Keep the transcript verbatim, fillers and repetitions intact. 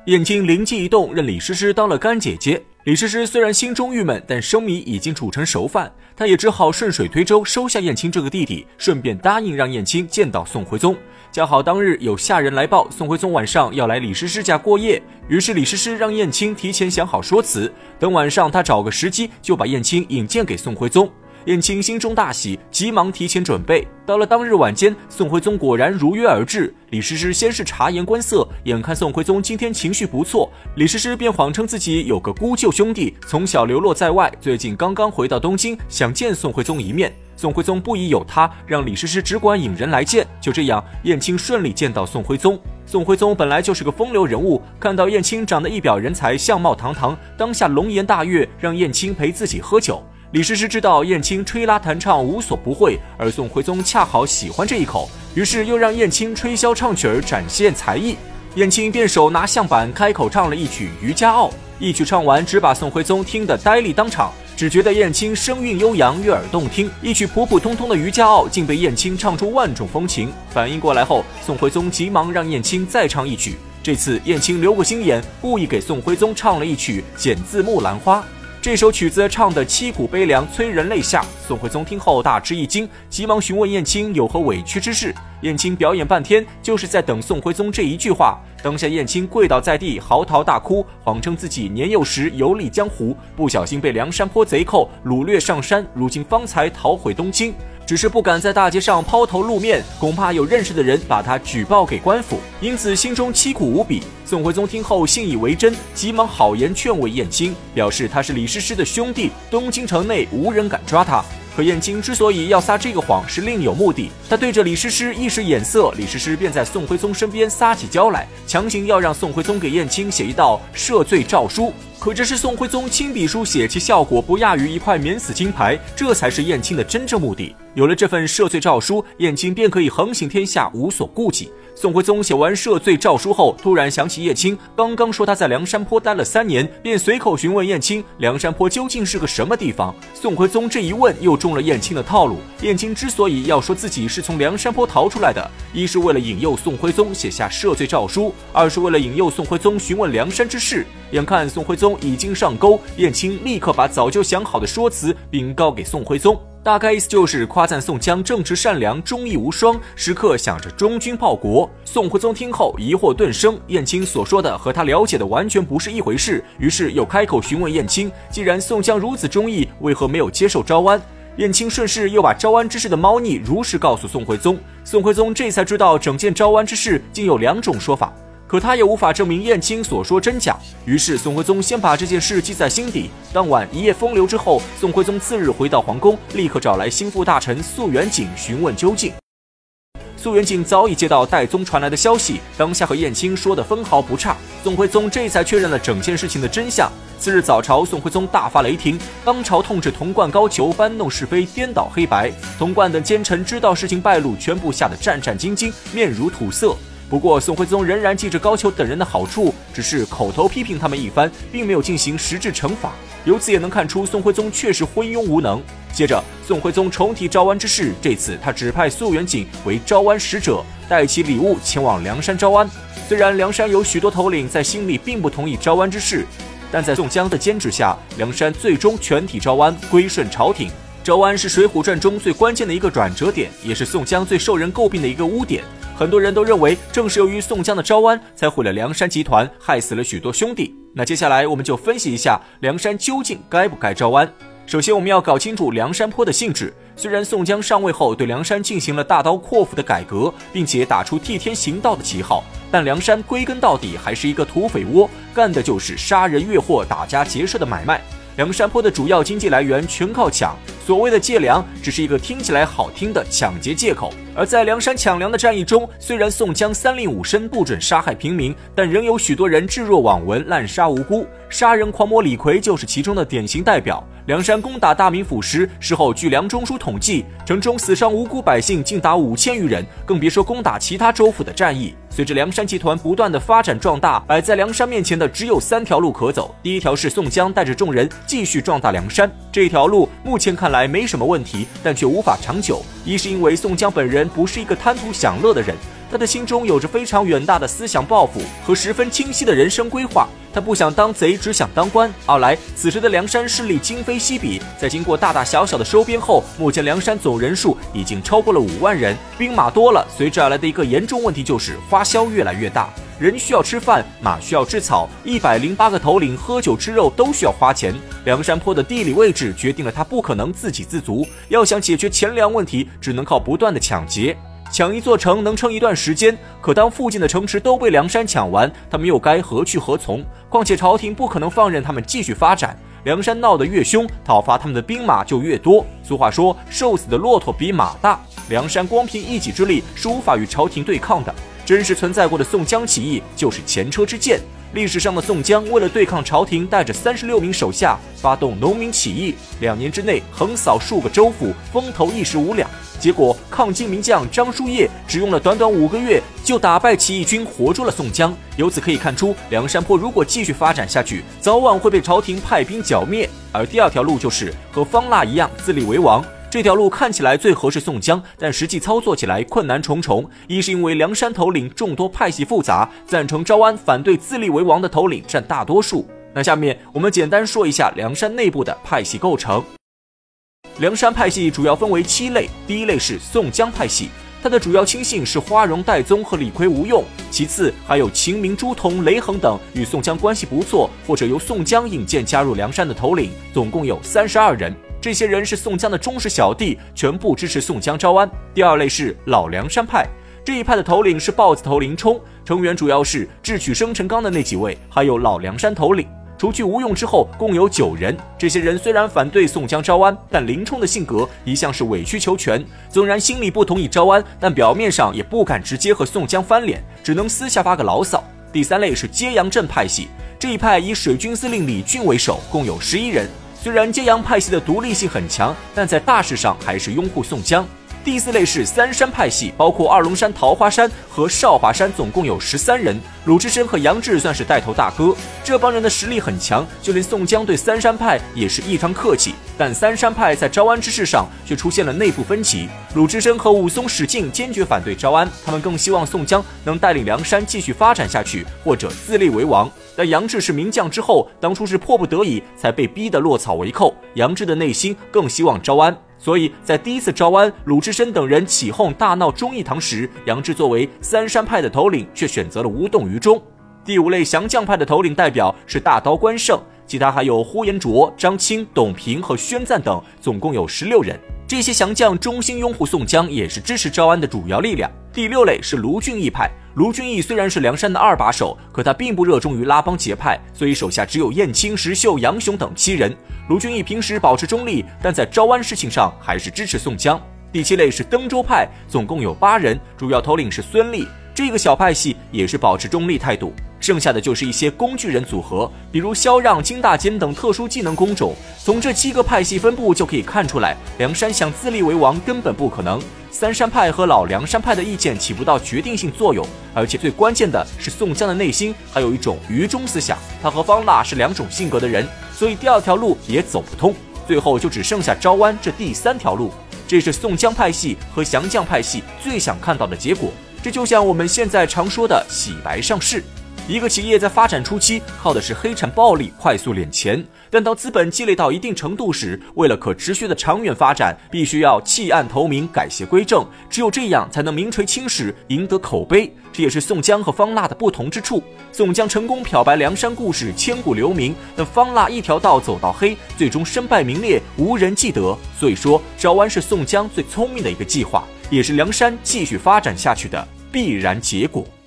燕青灵机一动，认李师师当了干姐姐。李师师虽然心中郁闷，但生米已经煮成熟饭，他也只好顺水推舟收下燕青这个弟弟，顺便答应让燕青见到宋徽宗。恰好当日有下人来报，宋徽宗晚上要来李师师家过夜，于是李师师让燕青提前想好说辞，等晚上他找个时机就把燕青引荐给宋徽宗。燕青心中大喜，急忙提前准备。到了当日晚间，宋徽宗果然如约而至。李师师先是察言观色，眼看宋徽宗今天情绪不错，李师师便谎称自己有个姑舅兄弟，从小流落在外，最近刚刚回到东京，想见宋徽宗一面。宋徽宗不疑有他，让李师师只管引人来见。就这样，燕青顺利见到宋徽宗。宋徽宗本来就是个风流人物，看到燕青长得一表人才，相貌堂堂，当下龙颜大悦，让燕青陪自己喝酒。李师师知道燕青吹拉弹唱无所不会，而宋徽宗恰好喜欢这一口，于是又让燕青吹箫唱曲儿展现才艺。燕青便手拿象板开口唱了一曲《渔家傲》，一曲唱完，只把宋徽宗听得呆立当场，只觉得燕青声韵悠扬，悦耳动听。一曲普普通通的《渔家傲》竟被燕青唱出万种风情。反应过来后，宋徽宗急忙让燕青再唱一曲。这次燕青留个心眼，故意给宋徽宗唱了一曲《剪字木兰花》。这首曲子唱得凄苦悲凉，催人泪下。宋徽宗听后大吃一惊，急忙询问燕青有何委屈之事。燕青表演半天，就是在等宋徽宗这一句话。当下燕青跪倒在地，嚎啕大哭，谎称自己年幼时游历江湖，不小心被梁山坡贼寇掳掠上山，如今方才逃回东京，只是不敢在大街上抛头露面，恐怕有认识的人把他举报给官府，因此心中凄苦无比。宋徽宗听后信以为真，急忙好言劝慰燕青，表示他是李师师的兄弟，东京城内无人敢抓他。可燕青之所以要撒这个谎，是另有目的。他对着李师师一使眼色，李师师便在宋徽宗身边撒起娇来，强行要让宋徽宗给燕青写一道赦罪诏书。可这是宋徽宗亲笔书写，其效果不亚于一块免死金牌，这才是燕青的真正目的。有了这份赦罪诏书，燕青便可以横行天下，无所顾忌。宋徽宗写完赦罪诏书后，突然想起燕青刚刚说他在梁山坡待了三年，便随口询问燕青梁山坡究竟是个什么地方。宋徽宗这一问又中了燕青的套路。燕青之所以要说自己是从梁山坡逃出来的，一是为了引诱宋徽宗写下赦罪诏书，二是为了引诱宋徽宗询问梁山之事。眼看宋徽宗已经上钩，燕青立刻把早就想好的说辞禀告给宋徽宗，大概意思就是夸赞宋江正直善良，忠义无双，时刻想着忠君报国。宋徽宗听后疑惑顿生，燕青所说的和他了解的完全不是一回事，于是又开口询问燕青，既然宋江如此忠义，为何没有接受招安？燕青顺势又把招安之事的猫腻如实告诉宋徽宗，宋徽宗这才知道整件招安之事竟有两种说法，可他也无法证明燕青所说真假，于是宋徽宗先把这件事记在心底。当晚一夜风流之后，宋徽宗次日回到皇宫，立刻找来心腹大臣肃元景询问究竟。肃元景早已接到戴宗传来的消息，当下和燕青说的分毫不差，宋徽宗这才确认了整件事情的真相。次日早朝，宋徽宗大发雷霆，当朝痛斥童贯、高俅搬弄是非，颠倒黑白。童贯等奸臣知道事情败露，全部吓得战战兢兢，面如土色。不过宋徽宗仍然记着高俅等人的好处，只是口头批评他们一番，并没有进行实质惩罚。由此也能看出宋徽宗确实昏庸无能。接着宋徽宗重提招安之事，这次他指派肃元景为招安使者，带其礼物前往梁山招安。虽然梁山有许多头领在心里并不同意招安之事，但在宋江的监制下，梁山最终全体招安，归顺朝廷。招安是《水浒传》中最关键的一个转折点，也是宋江最受人诟病的一个污点。很多人都认为，正是由于宋江的招安，才毁了梁山集团，害死了许多兄弟。那接下来我们就分析一下梁山究竟该不该招安。首先我们要搞清楚梁山坡的性质。虽然宋江上位后对梁山进行了大刀阔斧的改革，并且打出替天行道的旗号，但梁山归根到底还是一个土匪窝，干的就是杀人越货、打家劫舍的买卖。梁山坡的主要经济来源全靠抢，所谓的借粮只是一个听起来好听的抢劫借口。而在梁山抢粮的战役中，虽然宋江三令五申不准杀害平民，但仍有许多人置若罔闻，滥杀无辜。杀人狂魔李逵就是其中的典型代表。梁山攻打大名府时，事后据梁中书统计，城中死伤无辜百姓竟达五千余人，更别说攻打其他州府的战役。随着梁山集团不断的发展壮大，摆在梁山面前的只有三条路可走。第一条是宋江带着众人继续壮大梁山，这条路目前看来没什么问题，但却无法长久。一是因为宋江本人不是一个贪图享乐的人， 他的心中有着非常远大的思想抱负和十分清晰的人生规划。他不想当贼，只想当官。二来，此时的梁山势力今非昔比，在经过大大小小的收编后，目前梁山总人数已经超过了五万人，兵马多了，随之而来的一个严重问题就是花销越来越大。人需要吃饭，马需要吃草，一百零八个头领喝酒吃肉都需要花钱。梁山泊的地理位置决定了他不可能自给自足，要想解决钱粮问题，只能靠不断的抢劫。抢一座城能撑一段时间，可当附近的城池都被梁山抢完，他们又该何去何从？况且朝廷不可能放任他们继续发展，梁山闹得越凶，讨伐他们的兵马就越多。俗话说，瘦死的骆驼比马大，梁山光凭一己之力是无法与朝廷对抗的。真实存在过的宋江起义就是前车之鉴。历史上的宋江为了对抗朝廷，带着三十六名手下发动农民起义，两年之内横扫数个州府，风头一时无两。结果抗金名将张叔夜只用了短短五个月就打败起义军，活捉了宋江。由此可以看出，梁山泊如果继续发展下去，早晚会被朝廷派兵剿灭。而第二条路就是和方腊一样自立为王。这条路看起来最合适宋江，但实际操作起来困难重重。一是因为梁山头领众多，派系复杂，赞成招安反对自立为王的头领占大多数。那下面我们简单说一下梁山内部的派系构成。梁山派系主要分为七类，第一类是宋江派系，他的主要亲信是花荣、戴宗和李逵、吴用，其次还有秦明、朱仝、雷横等与宋江关系不错，或者由宋江引荐加入梁山的头领，总共有三十二人。这些人是宋江的忠实小弟，全部支持宋江招安。第二类是老梁山派，这一派的头领是豹子头林冲，成员主要是智取生辰纲的那几位，还有老梁山头领。除去吴用之后，共有九人。这些人虽然反对宋江招安，但林冲的性格一向是委曲求全，纵然心里不同意招安，但表面上也不敢直接和宋江翻脸，只能私下发个牢骚。第三类是揭阳镇派系，这一派以水军司令李俊为首，共有十一人。虽然揭阳派系的独立性很强，但在大事上还是拥护宋江。第四类是三山派系，包括二龙山、桃花山和少华山，总共有十三人。鲁智深和杨志算是带头大哥，这帮人的实力很强，就连宋江对三山派也是异常客气。但三山派在招安之事上却出现了内部分歧，鲁智深和武松、史进坚决反对招安，他们更希望宋江能带领梁山继续发展下去，或者自立为王。但杨志是名将之后，当初是迫不得已才被逼得落草为寇，杨志的内心更希望招安。所以在第一次招安，鲁智深等人起哄大闹忠义堂时，杨志作为三山派的头领却选择了无动于衷。第五类降将派的头领代表是大刀关胜，其他还有呼延灼、张青、董平和宣赞等，总共有十六人。这些降将衷心拥护宋江，也是支持招安的主要力量。第六类是卢俊义派，卢俊义虽然是梁山的二把手，可他并不热衷于拉帮结派，所以手下只有燕青、石秀、杨雄等七人。卢俊义平时保持中立，但在招安事情上还是支持宋江。第七类是登州派，总共有八人，主要头领是孙立，这个小派系也是保持中立态度。剩下的就是一些工具人组合，比如萧让、金大坚等特殊技能工种。从这七个派系分布就可以看出来，梁山想自立为王根本不可能。三山派和老梁山派的意见起不到决定性作用，而且最关键的是宋江的内心还有一种愚忠思想，他和方腊是两种性格的人，所以第二条路也走不通。最后就只剩下招安这第三条路，这是宋江派系和降将派系最想看到的结果。这就像我们现在常说的洗白上市。一个企业在发展初期靠的是黑产暴利快速敛钱，但当资本积累到一定程度时，为了可持续的长远发展，必须要弃暗投明，改邪归正，只有这样才能名垂青史，赢得口碑。这也是宋江和方腊的不同之处。宋江成功漂白梁山故事，千古留名，但方腊一条道走到黑，最终身败名裂，无人记得。所以说招安是宋江最聪明的一个计划，也是梁山继续发展下去的必然结果。